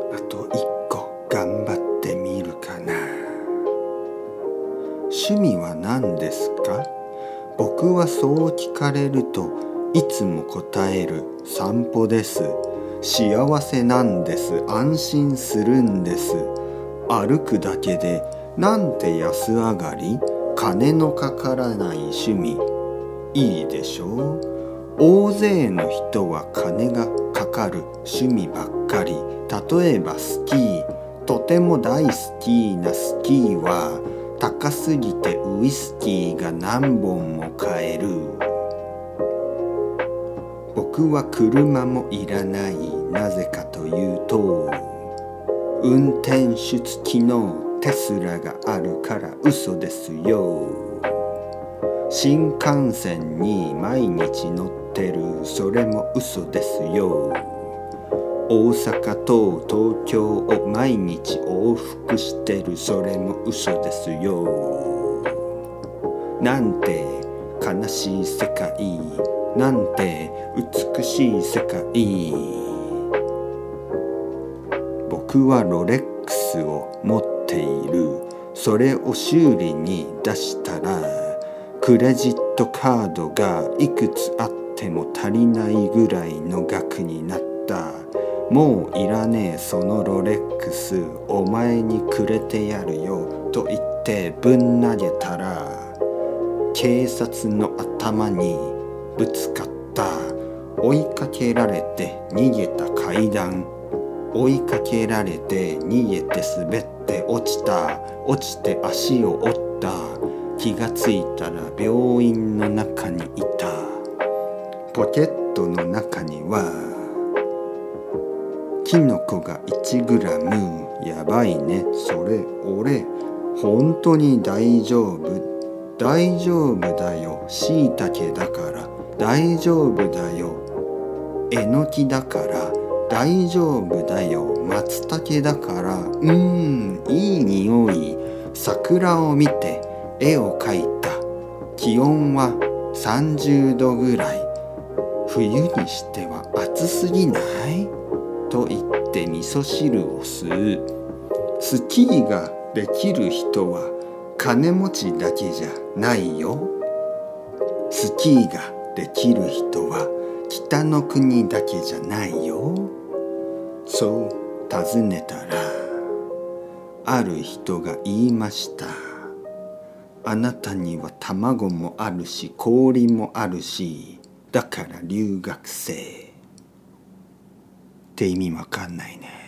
あと一個頑張ってみるかな。趣味は何ですか？僕はそう聞かれるといつも答える散歩です。幸せなんです。安心するんです。歩くだけでなんて安上がり。金のかからない趣味。いいでしょう。大勢の人は金がかかる趣味ばっかり。例えばスキー。とても大好きなスキーは高すぎてウイスキーが何本も買える。僕は車もいらない。なぜかというと運転手付きのテスラがあるから嘘ですよ。新幹線に毎日乗ってる。それも嘘ですよ。大阪と東京を毎日往復してる。それも嘘ですよ。なんて悲しい世界。なんて美しい世界。僕はロレックスを持っている。それを修理に出したらクレジットカードがいくつあっても足りないぐらいの額になった。もういらねえそのロレックス。お前にくれてやるよと言ってぶん投げたら警察の頭にぶつかった。追いかけられて逃げた階段。追いかけられて逃げて滑って落ちた。落ちて足を折った。気がついたら病院の中にいた。ポケットの中にはキノコが1グラム。やばいね。それ俺本当に大丈夫？大丈夫だよ。しいたけだから大丈夫だよ。えのきだから大丈夫だよ。松茸だからいい匂い。桜を見て絵を描いた。気温は30度ぐらい。冬にしては暑すぎない？と言って味噌汁を吸う。スキーができる人は金持ちだけじゃないよ。スキーができる人は北の国だけじゃないよ。そう尋ねたらある人が言いました。あなたには卵もあるし氷もあるし、だから留学生って意味わかんないね。